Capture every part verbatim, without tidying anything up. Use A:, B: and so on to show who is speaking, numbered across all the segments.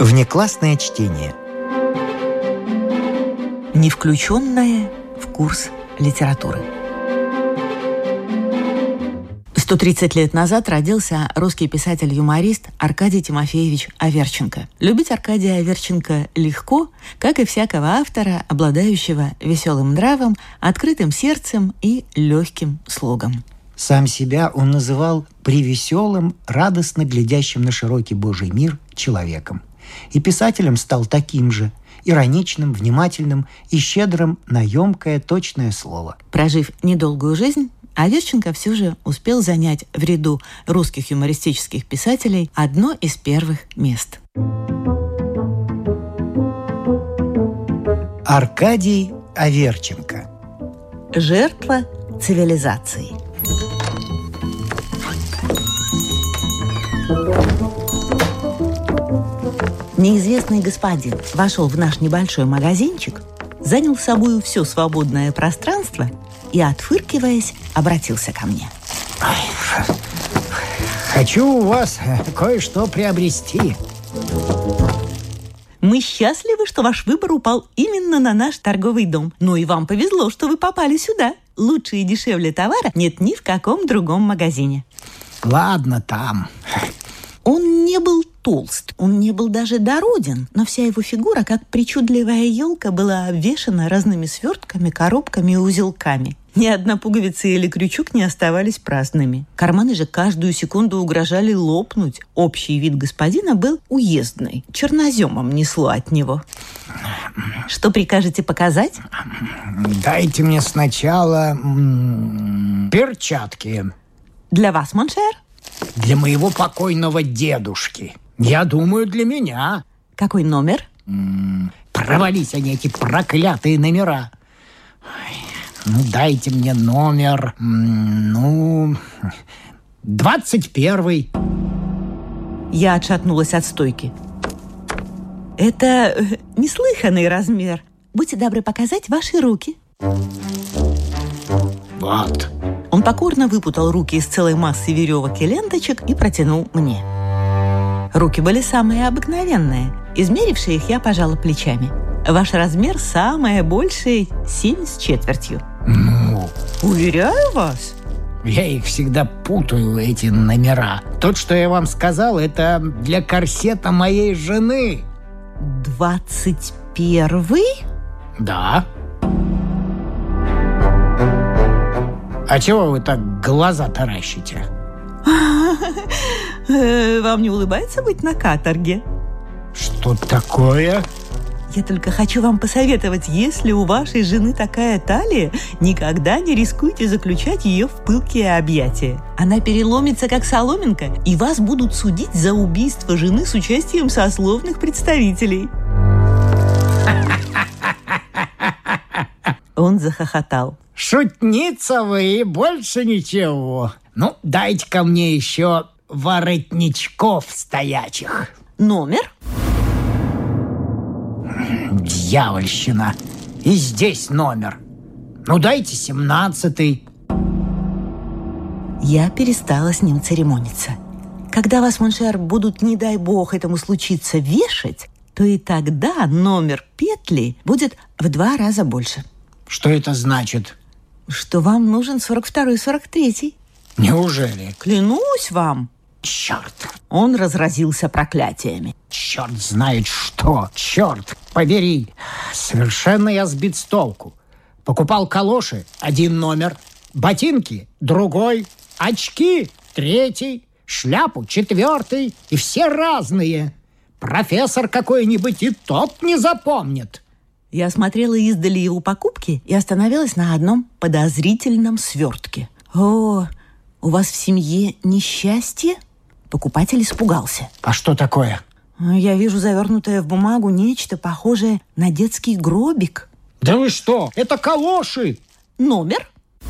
A: Внеклассное чтение.
B: Не включенное в курс литературы. сто тридцать лет назад родился русский писатель-юморист Аркадий Тимофеевич Аверченко. Любить Аркадия Аверченко легко, как и всякого автора, обладающего веселым нравом, открытым сердцем и легким слогом.
A: Сам себя он называл превеселым, радостно глядящим на широкий Божий мир человеком. И писателем стал таким же, ироничным, внимательным и щедрым на емкое, точное слово.
B: Прожив недолгую жизнь, Аверченко все же успел занять в ряду русских юмористических писателей одно из первых мест.
A: Аркадий Аверченко.
B: Жертва цивилизации. Неизвестный господин вошел в наш небольшой магазинчик, занял собою все свободное пространство и, отфыркиваясь, обратился ко мне.
A: Хочу у вас кое-что приобрести.
B: Мы счастливы, что ваш выбор упал именно на наш торговый дом. Ну и вам повезло, что вы попали сюда. Лучше и дешевле товара нет ни в каком другом магазине.
A: Ладно там.
B: Он не был толст, он не был даже дороден, но вся его фигура, как причудливая елка, была обвешана разными свертками, коробками и узелками. Ни одна пуговица или крючок не оставались праздными. Карманы же каждую секунду угрожали лопнуть. Общий вид господина был уездный. Черноземом несло от него. Что прикажете показать?
A: Дайте мне сначала м-м, перчатки.
B: Для вас, моншер?
A: Для моего покойного дедушки. Я думаю, для меня.
B: Какой номер?
A: М-м, провались они, эти проклятые номера. Ой, ну, дайте мне номер, м-м, ну, двадцать первый.
B: Я отшатнулась от стойки. Это неслыханный размер. Будьте добры показать ваши руки.
A: Вот.
B: Он покорно выпутал руки из целой массы веревок и ленточек и протянул мне. Руки были самые обыкновенные. Измеривши их, я пожала плечами. Ваш размер самое большее семь с четвертью.
A: Ну?
B: Уверяю вас.
A: Я их всегда путаю, эти номера. Тот, что я вам сказал, это для корсета моей жены.
B: Двадцать первый?
A: Да. А чего вы так глаза таращите?
B: Вам не улыбается быть на каторге?
A: Что такое?
B: Я только хочу вам посоветовать, если у вашей жены такая талия, никогда не рискуйте заключать ее в пылкие объятия. Она переломится, как соломинка, и вас будут судить за убийство жены с участием сословных представителей. Он захохотал.
A: Шутница вы и больше ничего. Ну, дайте-ка мне еще воротничков стоячих.
B: Номер?
A: Дьявольщина. И здесь номер. Ну, дайте семнадцатый.
B: Я перестала с ним церемониться. Когда вас, моншер, будут, не дай бог этому случиться, вешать, то и тогда номер петли будет в два раза больше.
A: Что это значит?
B: Что вам нужен сорок второй, сорок третий.
A: Неужели?
B: Клянусь вам.
A: Черт!
B: Он разразился проклятиями.
A: Черт знает что! Черт побери! Совершенно я сбит с толку. Покупал калоши – один номер, ботинки – другой, очки – третий, шляпу – четвертый, и все разные. Профессор какой-нибудь и тот не запомнит.
B: Я смотрела издали его покупки и остановилась на одном подозрительном свертке. О, у вас в семье несчастье? Покупатель испугался.
A: А что такое?
B: Я вижу завернутое в бумагу нечто похожее на детский гробик.
A: Да вы что? Это калоши!
B: Номер?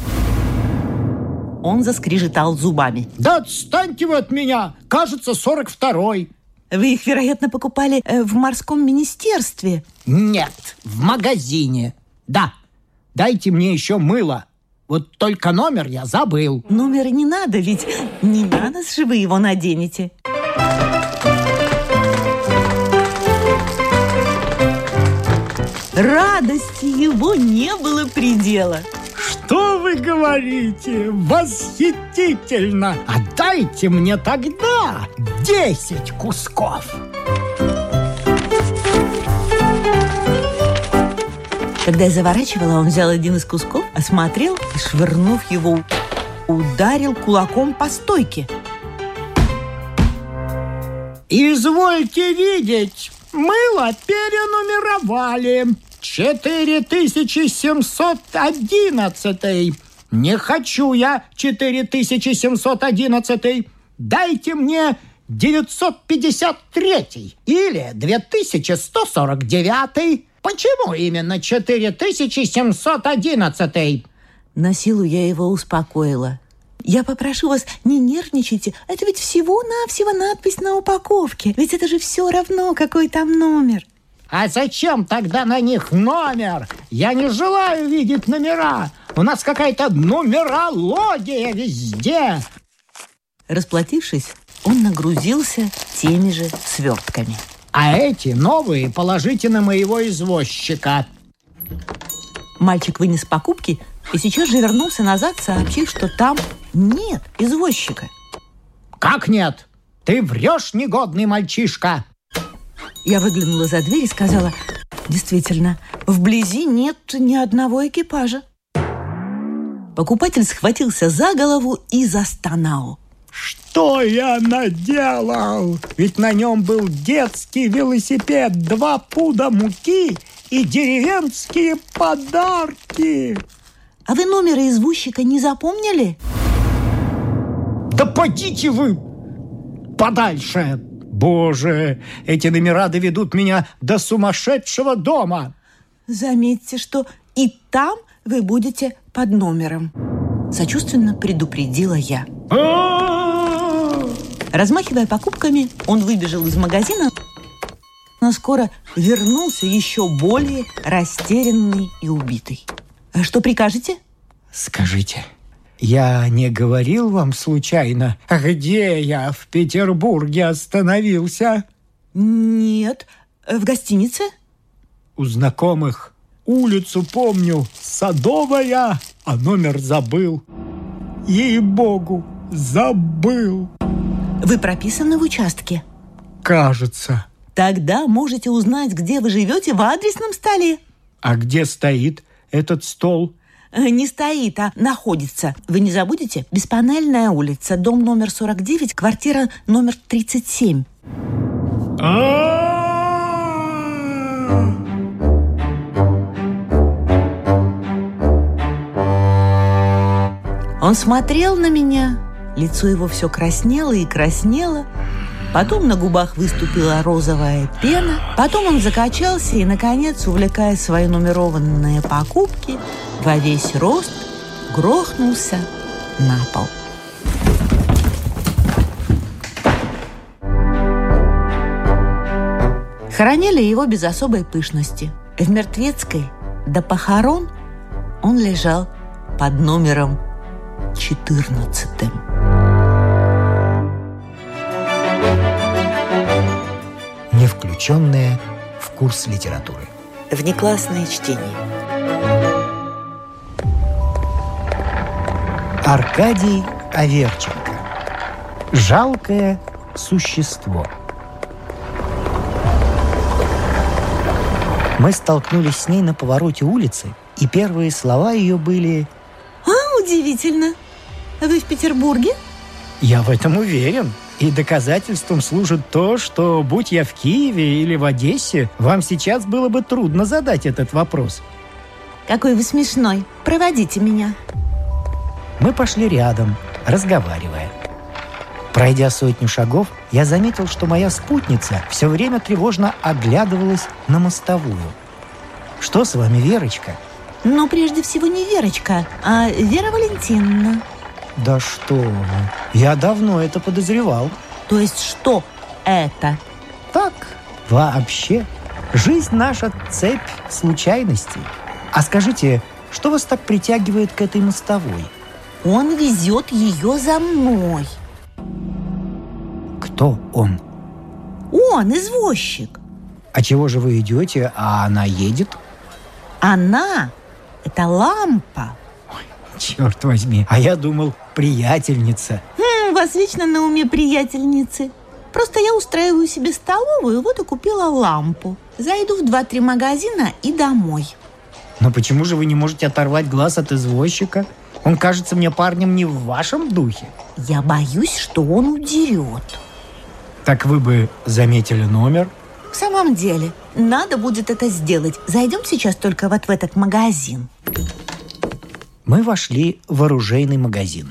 B: Он заскрежетал зубами.
A: Да отстаньте вы от меня! Кажется, сорок второй.
B: Вы их, вероятно, покупали э, в морском министерстве.
A: Нет, в магазине. Да, дайте мне еще мыло. Вот только номер я забыл.
B: Номер не надо, ведь не на нос же вы его наденете. Радости его не было предела.
A: Что вы говорите? Восхитительно! Отдайте мне тогда десять кусков.
B: Когда я заворачивала, он взял один из кусков, осмотрел и, швырнув его, ударил кулаком по стойке.
A: Извольте видеть, мыло перенумеровали. четыре тысячи семьсот одиннадцатый. Не хочу я четыре тысячи семьсот одиннадцатый. Дайте мне девятьсот пятьдесят третий или две тысячи сто сорок девятый. Почему именно четыре тысячи семьсот одиннадцатый?
B: На силу я его успокоила. Я попрошу вас, не нервничайте. Это ведь всего-навсего надпись на упаковке. Ведь это же все равно, какой там номер.
A: А зачем тогда на них номер? Я не желаю видеть номера. У нас какая-то нумерология везде.
B: Расплатившись, он нагрузился теми же свертками.
A: А эти новые положите на моего извозчика.
B: Мальчик вынес покупки и сейчас же вернулся назад, сообщив, что там нет извозчика.
A: Как нет? Ты врешь, негодный мальчишка.
B: Я выглянула за дверь и сказала: действительно, вблизи нет ни одного экипажа. Покупатель схватился за голову и застонал.
A: Что я наделал? Ведь на нем был детский велосипед, два пуда муки и деревенские подарки.
B: А вы номера извозчика не запомнили?
A: Да подите вы подальше! Боже, эти номера доведут меня до сумасшедшего дома.
B: Заметьте, что и там вы будете под номером. Сочувственно предупредила я. Размахивая покупками, он выбежал из магазина, но скоро вернулся еще более растерянный и убитый. А что прикажете?
A: Скажите, я не говорил вам случайно, где я в Петербурге остановился?
B: Нет, в гостинице.
A: У знакомых улицу помню, Садовая, а номер забыл. Ей-богу, забыл.
B: Вы прописаны в участке?
A: Кажется.
B: Тогда можете узнать, где вы живете, в адресном столе.
A: А где стоит этот стол?
B: Не стоит, а находится. Вы не забудете? Беспанельная улица, дом номер сорок девять, квартира номер тридцать семь. Он смотрел на меня, лицо его все краснело и краснело, потом на губах выступила розовая пена, потом он закачался и, наконец, увлекая свои нумерованные покупки, во весь рост грохнулся на пол. Хоронили его без особой пышности. В Мертвецкой до похорон он лежал под номером четырнадцатым.
A: Не включенные в курс литературы.
B: Внеклассное чтение.
A: Аркадий Аверченко. Жалкое существо. Мы столкнулись с ней на повороте улицы, и первые слова ее были:
B: «А, удивительно! Вы в Петербурге?»
A: Я в этом уверен. И доказательством служит то, что, будь я в Киеве или в Одессе, вам сейчас было бы трудно задать этот вопрос.
B: Какой вы смешной. Проводите меня.
A: Мы пошли рядом, разговаривая. Пройдя сотню шагов, я заметил, что моя спутница все время тревожно оглядывалась на мостовую. Что с вами, Верочка?
B: Ну, прежде всего, не Верочка, а Вера Валентиновна.
A: Да что вы, я давно это подозревал.
B: То есть что это?
A: Так, вообще. Жизнь наша цепь случайностей. А скажите, что вас так притягивает к этой мостовой?
B: Он везет ее за мной.
A: Кто он?
B: Он, извозчик.
A: А чего же вы идете, а она едет?
B: Она – это лампа.
A: Ой, черт возьми, а я думал, приятельница.
B: Хм, у вас вечно на уме приятельницы. Просто я устраиваю себе столовую, вот и купила лампу. Зайду в два-три магазина и домой.
A: Но почему же вы не можете оторвать глаз от извозчика? Он кажется мне парнем не в вашем духе.
B: Я боюсь, что он удерет.
A: Так вы бы заметили номер?
B: В самом деле, надо будет это сделать. Зайдем сейчас только вот в этот магазин.
A: Мы вошли в оружейный магазин.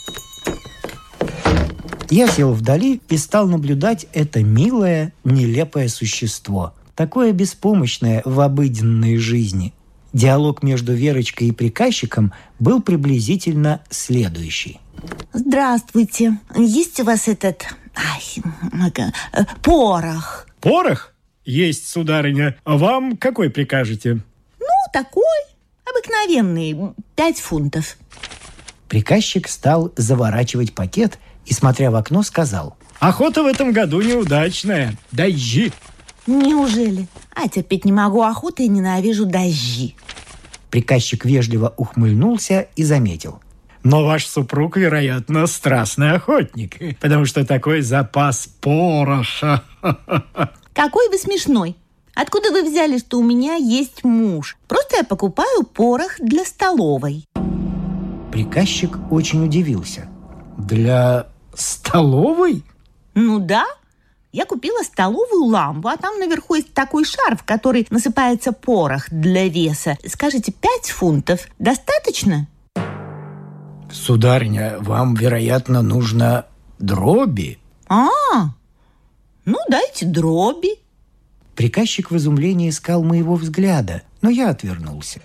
A: Я сел вдали и стал наблюдать это милое, нелепое существо, такое беспомощное в обыденной жизни. Диалог между Верочкой и приказчиком был приблизительно следующий.
B: Здравствуйте. Есть у вас этот... Ай, порох?
A: Порох? Есть, сударыня. А вам какой прикажете?
B: Ну, такой, обыкновенный, пять фунтов.
A: Приказчик стал заворачивать пакет и, смотря в окно, сказал: охота в этом году неудачная. Дожди.
B: Неужели? А терпеть не могу охоты и ненавижу дожди.
A: Приказчик вежливо ухмыльнулся и заметил: но ваш супруг, вероятно, страстный охотник, потому что такой запас пороха.
B: Какой вы смешной. Откуда вы взяли, что у меня есть муж? Просто я покупаю порох для столовой.
A: Приказчик очень удивился. Для столовой?
B: Ну да. Я купила столовую лампу, а там наверху есть такой шар, в который насыпается порох для веса. Скажите, пять фунтов достаточно?
A: Сударыня, вам, вероятно, нужно дроби.
B: А, ну дайте дроби.
A: Приказчик в изумлении искал моего взгляда, но я отвернулся.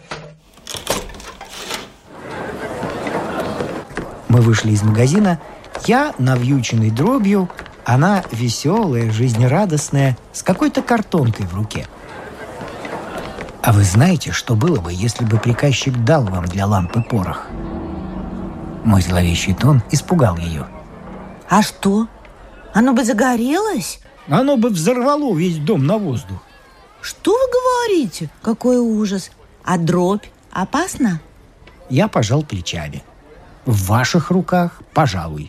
A: Мы вышли из магазина, я навьюченный дробью, она веселая, жизнерадостная, с какой-то картонкой в руке. А вы знаете, что было бы, если бы приказчик дал вам для лампы порох? Мой зловещий тон испугал ее.
B: А что? Оно бы загорелось?
A: Оно бы взорвало весь дом на воздух.
B: Что вы говорите? Какой ужас. А дробь опасна?
A: Я пожал плечами. В ваших руках, пожалуй.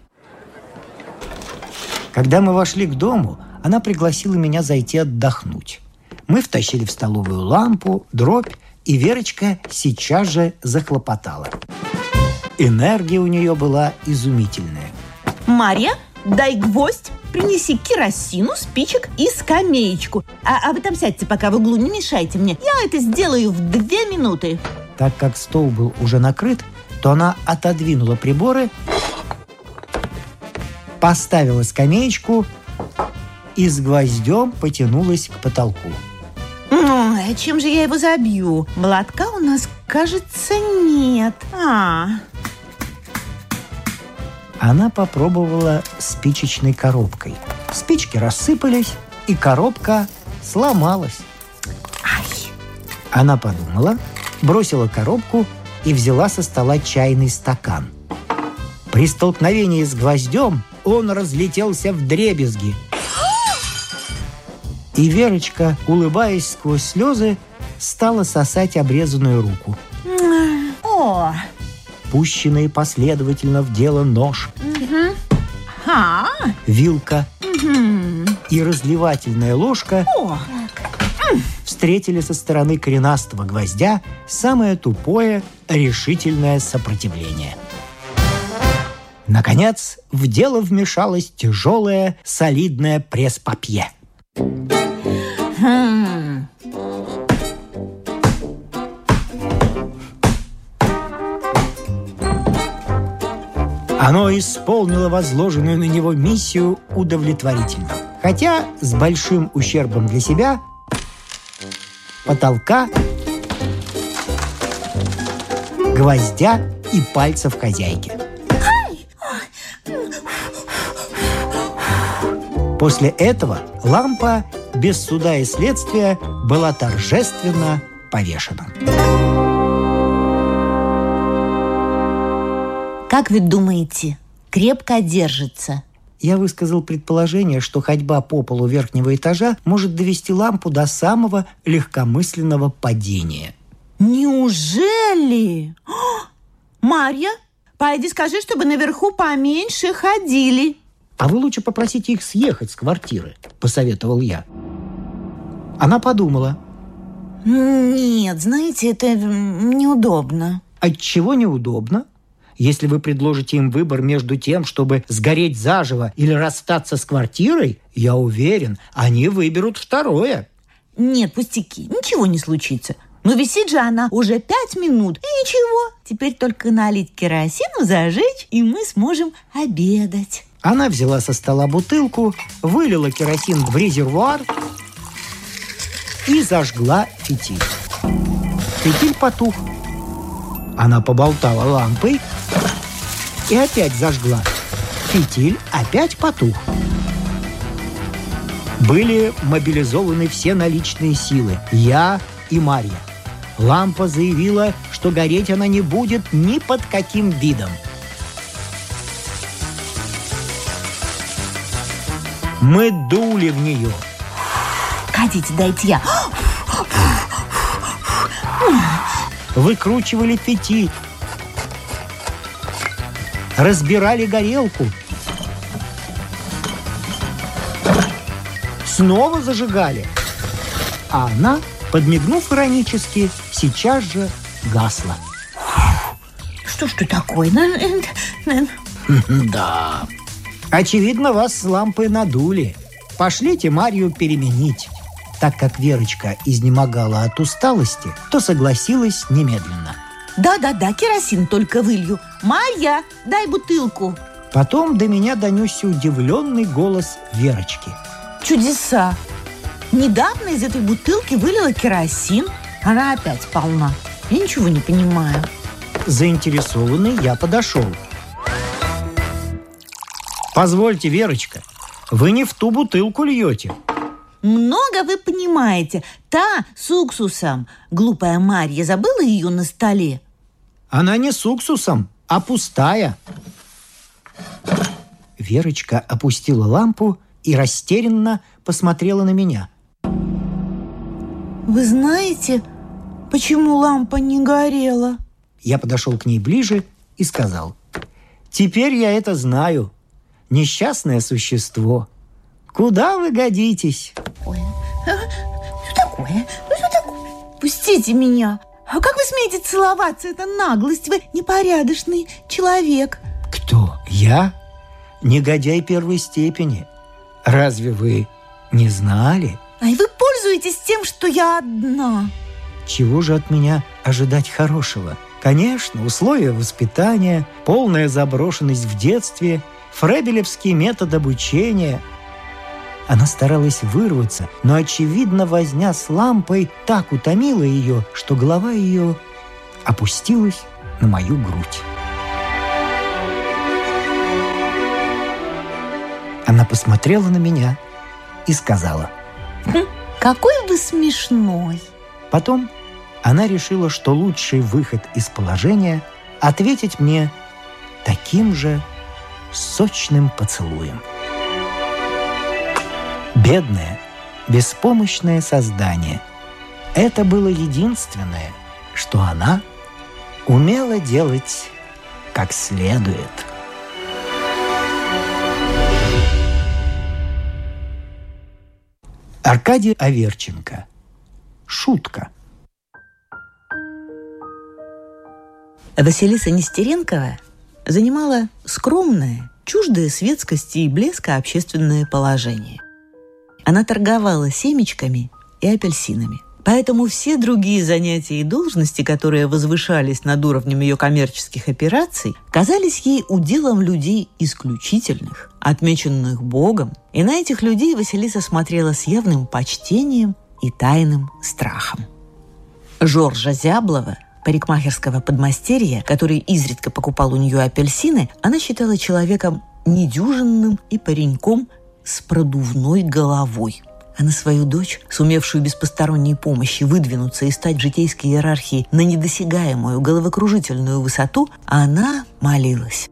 A: Когда мы вошли к дому, она пригласила меня зайти отдохнуть. Мы втащили в столовую лампу, дробь, и Верочка сейчас же захлопотала. Энергия у нее была изумительная.
B: Марья, дай гвоздь, принеси керосину, спичек и скамеечку. А, а вы там сядьте пока в углу, не мешайте мне. Я это сделаю в две минуты.
A: Так как стол был уже накрыт, то она отодвинула приборы, поставила скамеечку и с гвоздем потянулась к потолку.
B: Ой, чем же я его забью? Молотка у нас, кажется, нет. А.
A: Она попробовала спичечной коробкой. Спички рассыпались, и коробка сломалась.
B: Ай.
A: Она подумала, бросила коробку и взяла со стола чайный стакан. При столкновении с гвоздем он разлетелся вдребезги. И Верочка, улыбаясь сквозь слезы, стала сосать обрезанную руку.
B: О!
A: Пущенные последовательно в дело нож,
B: Угу. А.
A: вилка
B: Угу.
A: и разливательная ложка
B: О!
A: встретили со стороны коренастого гвоздя самое тупое, решительное сопротивление. Наконец, в дело вмешалось тяжелое, солидное пресс-папье.
B: Хм.
A: Оно исполнило возложенную на него миссию удовлетворительно. Хотя с большим ущербом для себя, потолка, гвоздя и пальцев хозяйки. После этого лампа без суда и следствия была торжественно повешена.
B: Как вы думаете, крепко держится?
A: Я высказал предположение, что ходьба по полу верхнего этажа может довести лампу до самого легкомысленного падения.
B: Неужели? О, Марья, пойди скажи, чтобы наверху поменьше ходили.
A: А вы лучше попросите их съехать с квартиры, посоветовал я. Она подумала.
B: Нет, знаете, это неудобно.
A: Отчего неудобно? Если вы предложите им выбор между тем, чтобы сгореть заживо или расстаться с квартирой, я уверен, они выберут второе.
B: Нет, пустяки, ничего не случится. Но висит же она уже пять минут. И ничего, теперь только налить керосину, зажечь, и мы сможем обедать.
A: Она взяла со стола бутылку, вылила керосин в резервуар и зажгла фитиль. Фитиль потух. Она поболтала лампой и опять зажгла. Фитиль опять потух. Были мобилизованы все наличные силы. Я и Марья. Лампа заявила, что гореть она не будет ни под каким видом. Мы дули в нее.
B: Хотите, дайте я.
A: Выкручивали фитиль. Разбирали горелку. Снова зажигали. А она, подмигнув иронически, сейчас же гасла.
B: Что ж ты такое?
A: Да. Очевидно, вас с лампой надули. Пошлите Марью переменить. Так как Верочка изнемогала от усталости, то согласилась немедленно.
B: Да-да-да, керосин только вылью. Марья, дай бутылку.
A: Потом до меня донесся удивленный голос Верочки.
B: Чудеса! Недавно из этой бутылки вылила керосин. Она опять полна. Я ничего не понимаю.
A: Заинтересованный я подошел. Позвольте, Верочка, вы не в ту бутылку льете.
B: Много вы понимаете. Та с уксусом. Глупая Марья забыла ее на столе.
A: Она не с уксусом, а пустая. Верочка опустила лампу и растерянно посмотрела на меня.
B: Вы знаете, почему лампа не горела?
A: Я подошел к ней ближе и сказал. Теперь я это знаю. Несчастное существо. Куда вы годитесь?
B: Ой, что такое? Что такое? Пустите меня. А как вы смеете целоваться? Это наглость. Вы непорядочный человек.
A: Кто? Я? Негодяй первой степени. Разве вы не знали?
B: А и вы пользуетесь тем, что я одна.
A: Чего же от меня ожидать хорошего? Конечно, условия воспитания, полная заброшенность в детстве, фребелевский метод обучения. Она старалась вырваться, но, очевидно, возня с лампой так утомила ее, что голова ее опустилась на мою грудь. Она посмотрела на меня и сказала:
B: «Какой вы смешной!»
A: Потом она решила, что лучший выход из положения – ответить мне таким же сочным поцелуем. Бедное, беспомощное создание. Это было единственное, что она умела делать как следует. Аркадий Аверченко. Шутка.
B: Василиса Нестеренкова занимала скромное, чуждое светскости и блеска общественное положение. Она торговала семечками и апельсинами. Поэтому все другие занятия и должности, которые возвышались над уровнем ее коммерческих операций, казались ей уделом людей исключительных, отмеченных Богом. И на этих людей Василиса смотрела с явным почтением и тайным страхом. Жоржа Зяблова, парикмахерского подмастерья, который изредка покупал у нее апельсины, она считала человеком недюжинным и пареньком с продувной головой. А на свою дочь, сумевшую без посторонней помощи выдвинуться и стать в житейской иерархии на недосягаемую головокружительную высоту, она молилась.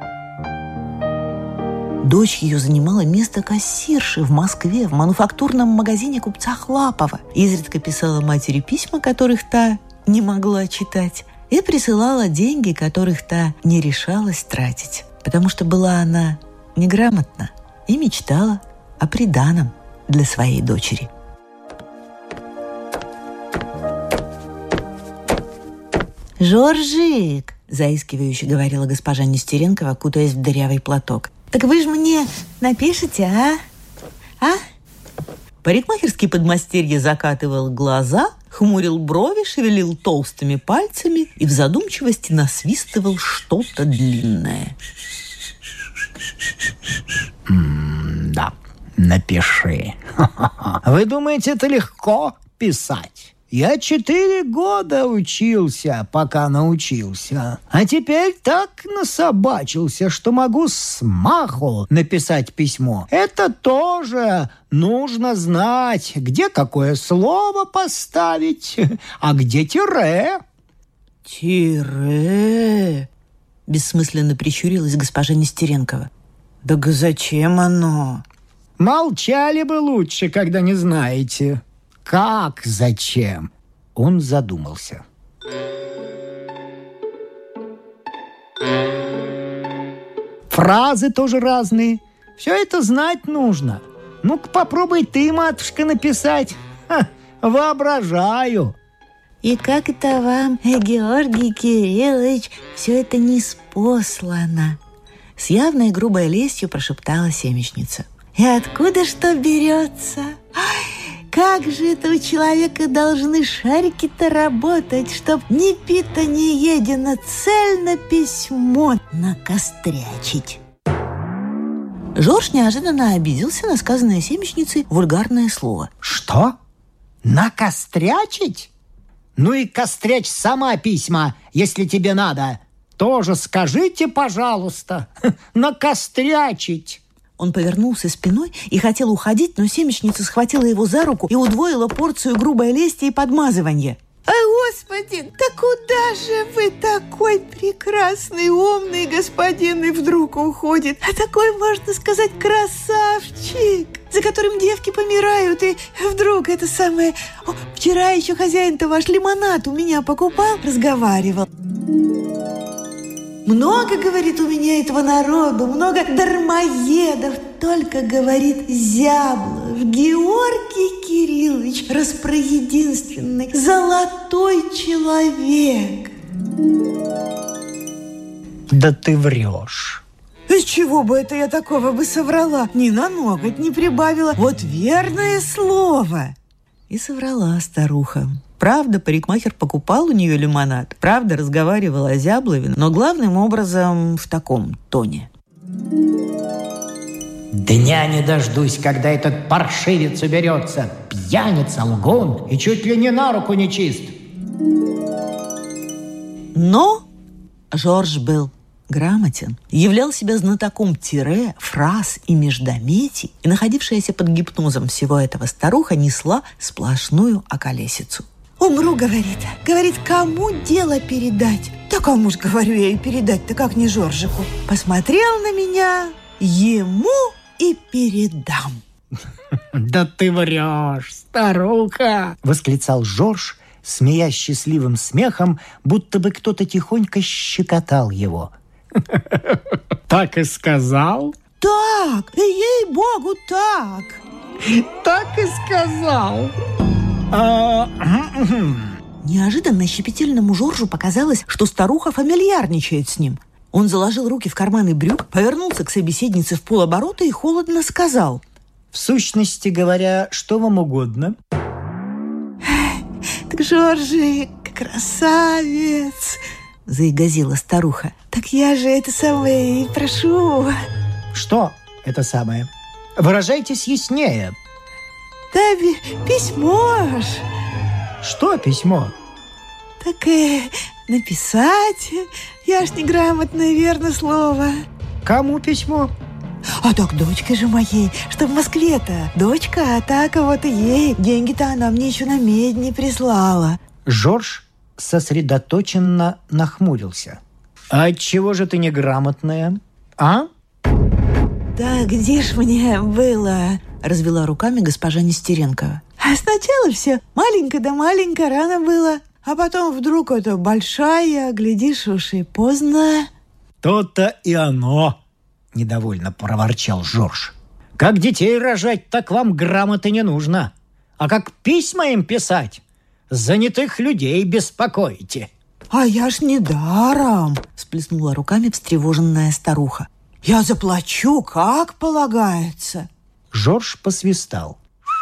B: Дочь ее занимала место кассирши в Москве в мануфактурном магазине купца Хлапова. Изредка писала матери письма, которых та не могла читать, и присылала деньги, которых та не решалась тратить, потому что была она неграмотна и мечтала о приданом для своей дочери. «Жоржик!» – заискивающе говорила госпожа Нестеренкова, кутаясь в дырявый платок. «Так вы же мне напишите, а? А?» Парикмахерский подмастерье закатывал глаза, хмурил брови, шевелил толстыми пальцами и в задумчивости насвистывал что-то длинное.
A: М-да, напиши. Вы думаете, это легко писать? Я четыре года учился, пока научился. А теперь так насобачился, что могу с маху написать письмо. Это тоже нужно знать, где какое слово поставить, а где тире.
B: Тире? Бессмысленно прищурилась госпожа Нестеренкова. Да зачем оно?
A: Молчали бы лучше, когда не знаете. Как зачем? Он задумался. Фразы тоже разные. Все это знать нужно. Ну-ка попробуй ты, матушка, написать. Ха, воображаю.
B: И как это вам, Георгий Кириллович, все это ниспослано? С явной грубой лестью прошептала семечница. И откуда что берется? Как же это у человека должны шарики-то работать, чтоб ни пита, ни едино цельно письмо накострячить? Жорж неожиданно обиделся на сказанное семечницей вульгарное слово.
A: Что? Накострячить? Ну и кострячь сама письма, если тебе надо. Тоже скажите, пожалуйста, накострячить.
B: Он повернулся спиной и хотел уходить, но семечница схватила его за руку и удвоила порцию грубой лести и подмазывания. «А, Господи, да куда же вы, такой прекрасный, умный господин, и вдруг уходит? А такой, можно сказать, красавчик, за которым девки помирают, и вдруг это самое... О, вчера еще хозяин-то ваш лимонад у меня покупал, разговаривал. Много, говорит, у меня этого народу, много дармоедов. Только, говорит, Зяблов, Георгий Кириллович, распроединственный, золотой человек.
A: Да ты врешь.
B: Из чего бы это я такого бы соврала? Ни на ноготь не прибавила. Вот верное слово. И соврала старуха. Правда, парикмахер покупал у нее лимонад. Правда, разговаривал о Зяблове, но главным образом в таком тоне.
A: Дня не дождусь, когда этот паршивец уберется. Пьяница, лгун и чуть ли не на руку нечист.
B: Но Жорж был грамотен, являл себя знатоком тире, фраз и междометий, и находившаяся под гипнозом всего этого старуха несла сплошную околесицу. «Умру, — говорит, — говорит, кому дело передать? Да кому ж, говорю я, и передать-то, как не Жоржику? Посмотрел на меня, ему и передам».
A: «Да ты врешь, старуха!» — восклицал Жорж, смеясь счастливым смехом, будто бы кто-то тихонько щекотал его. «Так и сказал?»
B: «Так, ей-богу, так!»
A: «Так и сказал!»
B: Неожиданно щепетильному Жоржу показалось, что старуха фамильярничает с ним. Он заложил руки в карманы брюк, повернулся к собеседнице в полоборота и холодно сказал:
A: «В сущности говоря, что вам угодно?»
B: «Так Жоржик, красавец!» — заигазила старуха. «Так я же это самое и прошу».
A: «Что это самое? Выражайтесь яснее».
B: «Да письмо ж».
A: «Что письмо?»
B: «Так э, написать. Я ж неграмотное, верно слово».
A: «Кому письмо?»
B: «А так дочке же моей, что в Москве-то. Дочка, а так вот и ей. Деньги-то она мне еще на медне прислала».
A: Жорж сосредоточенно нахмурился. «А отчего же ты неграмотная, а?»
B: «Да где ж мне было?» — развела руками госпожа Нестеренкова. «А сначала все маленько да маленько рано было. а потом вдруг это большая, глядишь, уж и поздно.
A: То-то и оно, недовольно проворчал Жорж. Как детей рожать, так вам грамоты не нужно. А как письма им писать, занятых людей беспокоите.
B: А я ж не даром, всплеснула руками встревоженная старуха. Я заплачу, как полагается.
A: Жорж посвистал.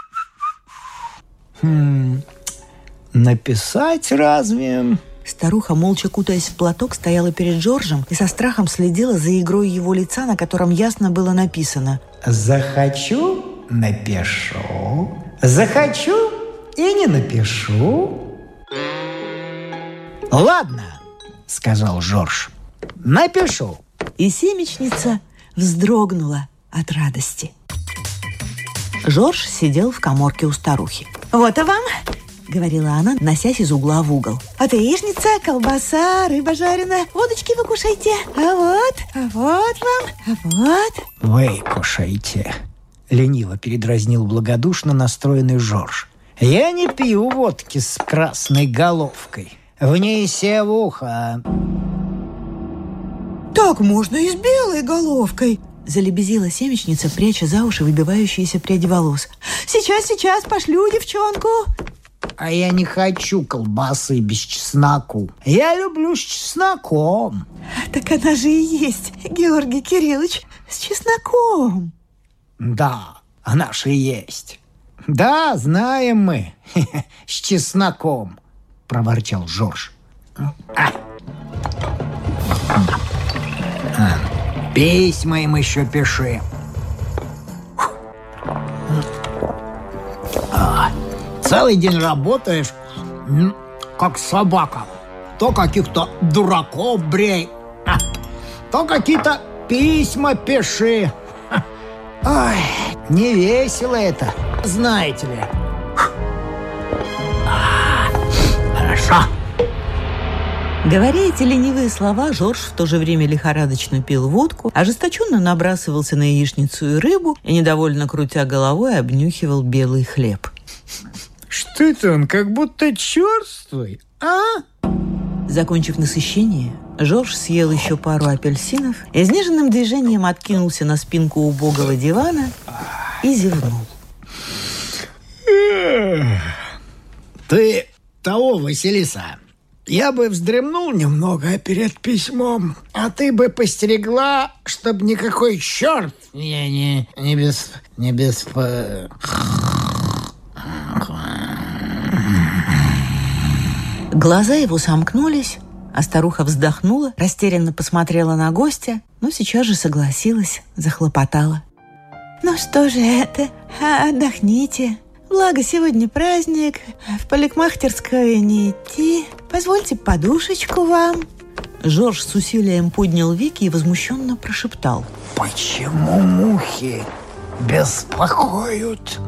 A: Хм, написать разве?
B: Старуха, молча кутаясь в платок, стояла перед Жоржем и со страхом следила за игрой его лица, на котором ясно было написано:
A: «Захочу – напишу, захочу и не напишу». «Ладно», – сказал Жорж, – «напишу».
B: И семечница вздрогнула от радости. Жорж сидел в каморке у старухи. «Вот а вам!» — говорила она, носясь из угла в угол. «Вот яичница, колбаса, рыба жареная. Водочки вы кушайте. А вот, а вот вам, а вот».
A: «Вы кушайте», — лениво передразнил благодушно настроенный Жорж. «Я не пью водки с красной головкой. В ней севуха».
B: «Так можно и с белой головкой», — залебезила семечница, пряча за уши выбивающиеся пряди волос. «Сейчас, сейчас, пошлю девчонку».
A: «А я не хочу колбасы без чесноку. Я люблю с чесноком».
B: «Так она же и есть, Георгий Кириллович, с чесноком».
A: «Да, она же и есть. Да, знаем мы, с чесноком», — проворчал Жорж. А. «Письма им еще пиши». А, целый день работаешь, как собака. То каких-то дураков брей, а, то какие-то письма пиши. Ой, не весело это, знаете ли. А, хорошо.
B: Говоря эти ленивые слова, Жорж в то же время лихорадочно пил водку, ожесточенно набрасывался на яичницу и рыбу и, недовольно крутя головой, обнюхивал белый хлеб.
A: «Что это он, как будто черствый, а?»
B: Закончив насыщение, Жорж съел еще пару апельсинов, изнеженным движением откинулся на спинку убогого дивана и зевнул.
A: «Ты того, Василиса, я бы вздремнул немного перед письмом, а ты бы постерегла, чтоб никакой черт я не, не без... не без...
B: Глаза его сомкнулись, а старуха вздохнула, растерянно посмотрела на гостя, но сейчас же согласилась, захлопотала. «Ну что же это? Отдохните. Благо, сегодня праздник, в парикмахерскую не идти. Позвольте подушечку вам». Жорж с усилием поднял веки и возмущенно прошептал:
A: «Почему мухи беспокоят?»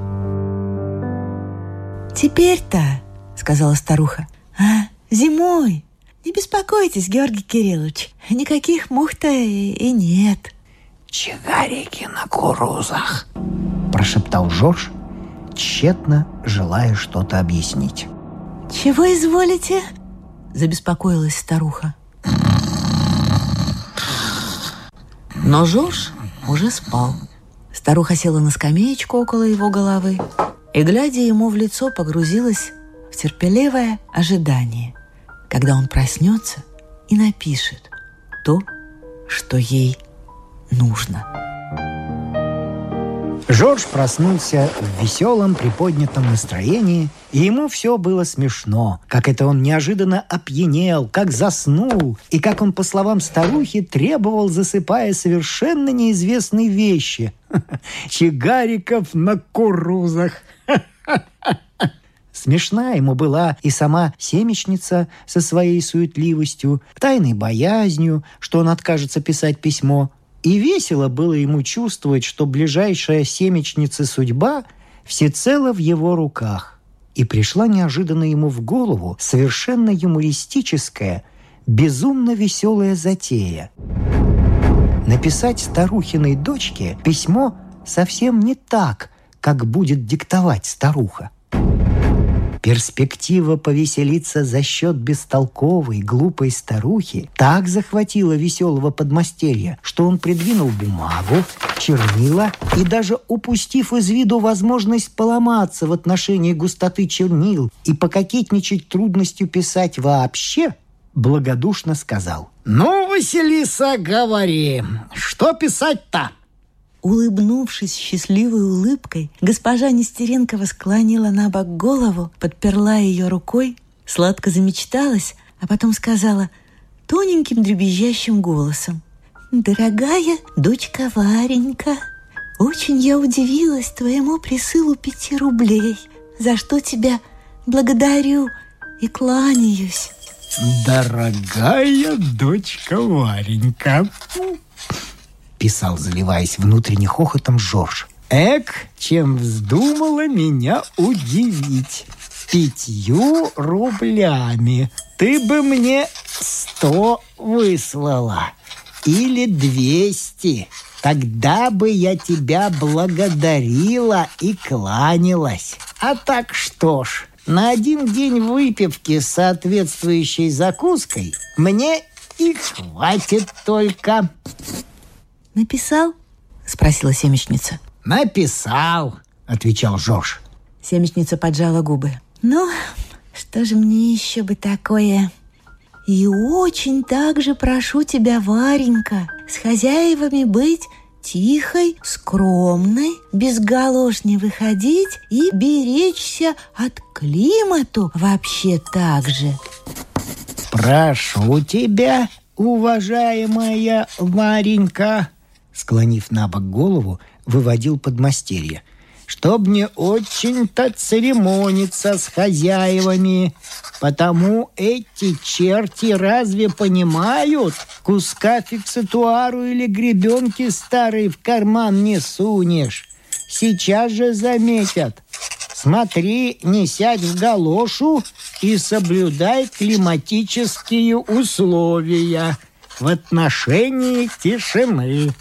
B: «Теперь-то, — сказала старуха, — а, зимой. Не беспокойтесь, Георгий Кириллович, никаких мух-то и, и нет».
A: «Чигарики на кукурузах», — прошептал Жорж, тщетно желая что-то объяснить.
B: «Чего изволите?» — забеспокоилась старуха. Но Жорж уже спал. Старуха села на скамеечку около его головы и, глядя ему в лицо, погрузилась в терпеливое ожидание, когда он проснется и напишет то, что ей нужно.
A: Жорж проснулся в веселом, приподнятом настроении, и ему все было смешно. Как это он неожиданно опьянел, как заснул, и как он, по словам старухи, требовал, засыпая, совершенно неизвестные вещи. Чигариков на кукурузах. Смешна ему была и сама семечница со своей суетливостью, тайной боязнью, что он откажется писать письмо. И весело было ему чувствовать, что ближайшая семечница судьба всецело в его руках. И пришла неожиданно ему в голову совершенно юмористическая, безумно веселая затея. Написать старухиной дочке письмо совсем не так, как будет диктовать старуха. Перспектива повеселиться за счет бестолковой, глупой старухи так захватила веселого подмастерья, что он придвинул бумагу, чернила и, даже упустив из виду возможность поломаться в отношении густоты чернил и пококетничать трудностью писать вообще, благодушно сказал: «Ну, Василиса, говори, что писать-то?»
B: Улыбнувшись счастливой улыбкой, госпожа Нестеренкова склонила на бок голову, подперла ее рукой, сладко замечталась, а потом сказала тоненьким дребезжащим голосом: «Дорогая дочка Варенька, очень я удивилась твоему присылу пяти рублей, за что тебя благодарю и кланяюсь».
A: «Дорогая дочка Варенька», писал, заливаясь внутренним хохотом, Жорж. «Эк, чем вздумала меня удивить! Пятью рублями ты бы мне сто выслала или двести. Тогда бы я тебя благодарила и кланялась. А так что ж, на один день выпивки с соответствующей закуской мне и хватит только».
B: «Написал?» — спросила семечница.
A: «Написал», — отвечал Жорж.
B: Семечница поджала губы. «Ну, что же мне еще бы такое? И очень также прошу тебя, Варенька, с хозяевами быть тихой, скромной, без галош не выходить и беречься от климату вообще так же».
A: «Прошу тебя, уважаемая Варенька», склонив на бок голову, выводил подмастерье, «чтоб не очень-то церемониться с хозяевами, потому эти черти разве понимают, куска фиксатуару или гребенки старой в карман не сунешь. Сейчас же заметят. Смотри, не сядь в галошу и соблюдай климатические условия в отношении тишины».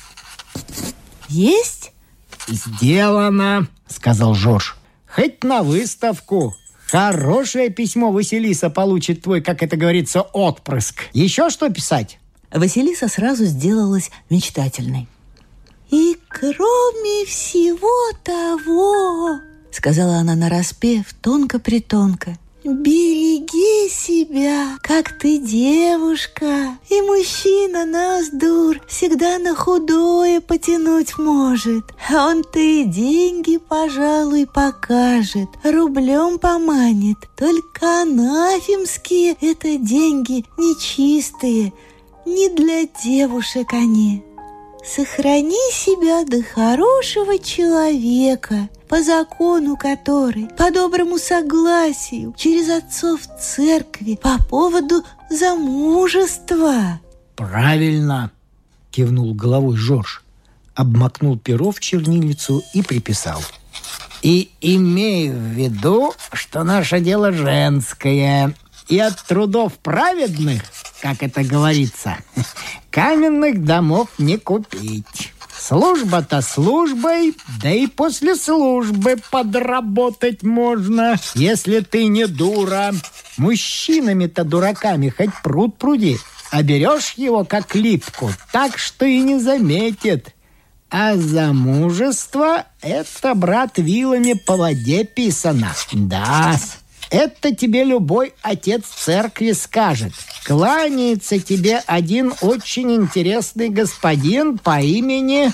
B: «Есть?»
A: «Сделано», — сказал Жорж. «Хоть на выставку. Хорошее письмо Василиса получит твой, как это говорится, отпрыск. Еще что писать?»
B: Василиса сразу сделалась мечтательной. «И кроме всего того, — сказала она нараспев, тонко-притонко, — береги себя, как ты девушка, и мужчина нас, дур, всегда на худое потянуть может. А он-то и деньги, пожалуй, покажет, рублем поманит. Только анафемские это деньги нечистые, не для девушек они. Сохрани себя до хорошего человека, по закону который, по доброму согласию, через отцов церкви, по поводу замужества».
A: «Правильно», — кивнул головой Жорж, обмакнул перо в чернильницу и приписал: «И имею в виду, что наше дело женское, и от трудов праведных, как это говорится, каменных домов не купить. Служба-то службой, да и после службы подработать можно, если ты не дура. Мужчинами-то дураками хоть пруд пруди, а берешь его как липку, так что и не заметит. А замужество — это, брат, вилами по воде писано. Да, это тебе любой отец церкви скажет. Кланяется тебе один очень интересный господин по имени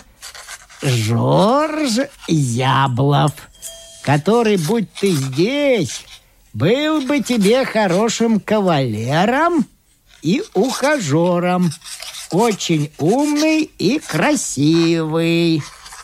A: Жорж Зяблов, который, будь ты здесь, был бы тебе хорошим кавалером и ухажером, очень умный и красивый.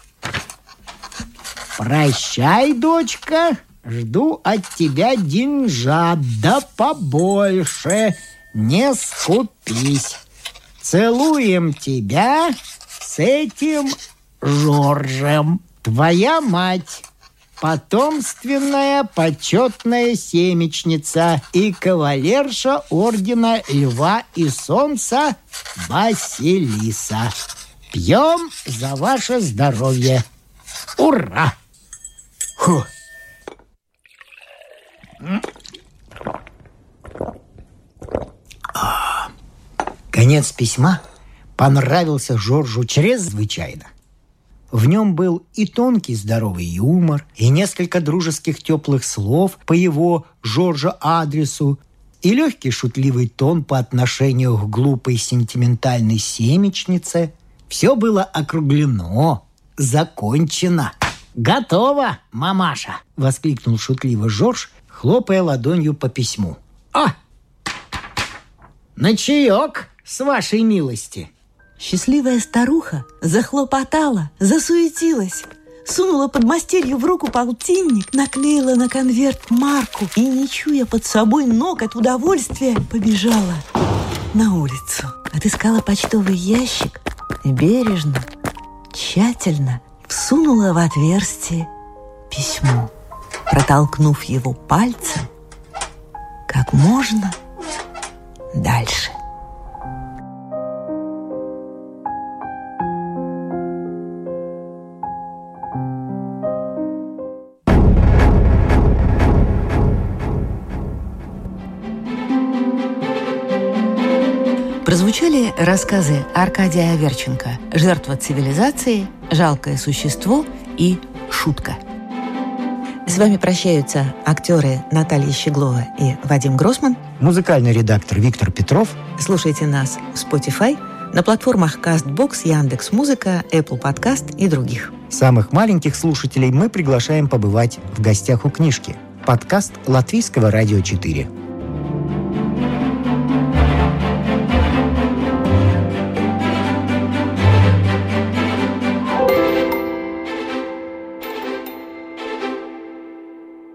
A: Прощай, дочка, жду от тебя деньжат, да побольше, не скупись. Целуем тебя с этим Жоржем. Твоя мать, потомственная почетная семечница и кавалерша ордена Льва и Солнца Василиса. Пьем за ваше здоровье. Ура! Фу. Конец письма понравился Жоржу чрезвычайно. В нем был и тонкий здоровый юмор, и несколько дружеских теплых слов по его, Жоржа, адресу, и легкий шутливый тон по отношению к глупой сентиментальной семечнице. Все было округлено, закончено. «Готово, мамаша!» — воскликнул шутливо Жорж, хлопая ладонью по письму. «А! На чаек, с вашей милости!»
B: Счастливая старуха захлопотала, засуетилась, сунула подмастерью в руку полтинник, наклеила на конверт марку и, не чуя под собой ног от удовольствия, побежала на улицу. Отыскала почтовый ящик и бережно, тщательно всунула в отверстие письмо, протолкнув его пальцем как можно дальше. Прозвучали рассказы Аркадия Аверченко «Жертва цивилизации», «Жалкое существо» и «Шутка». С вами прощаются актеры Наталья Щеглова и Вадим Гроссман.
A: Музыкальный редактор Виктор Петров.
B: Слушайте нас в Spotify, на платформах Castbox, Яндекс.Музыка, Apple Podcast и других.
A: Самых маленьких слушателей мы приглашаем побывать в гостях у книжки. Подкаст Латвийского радио четыре.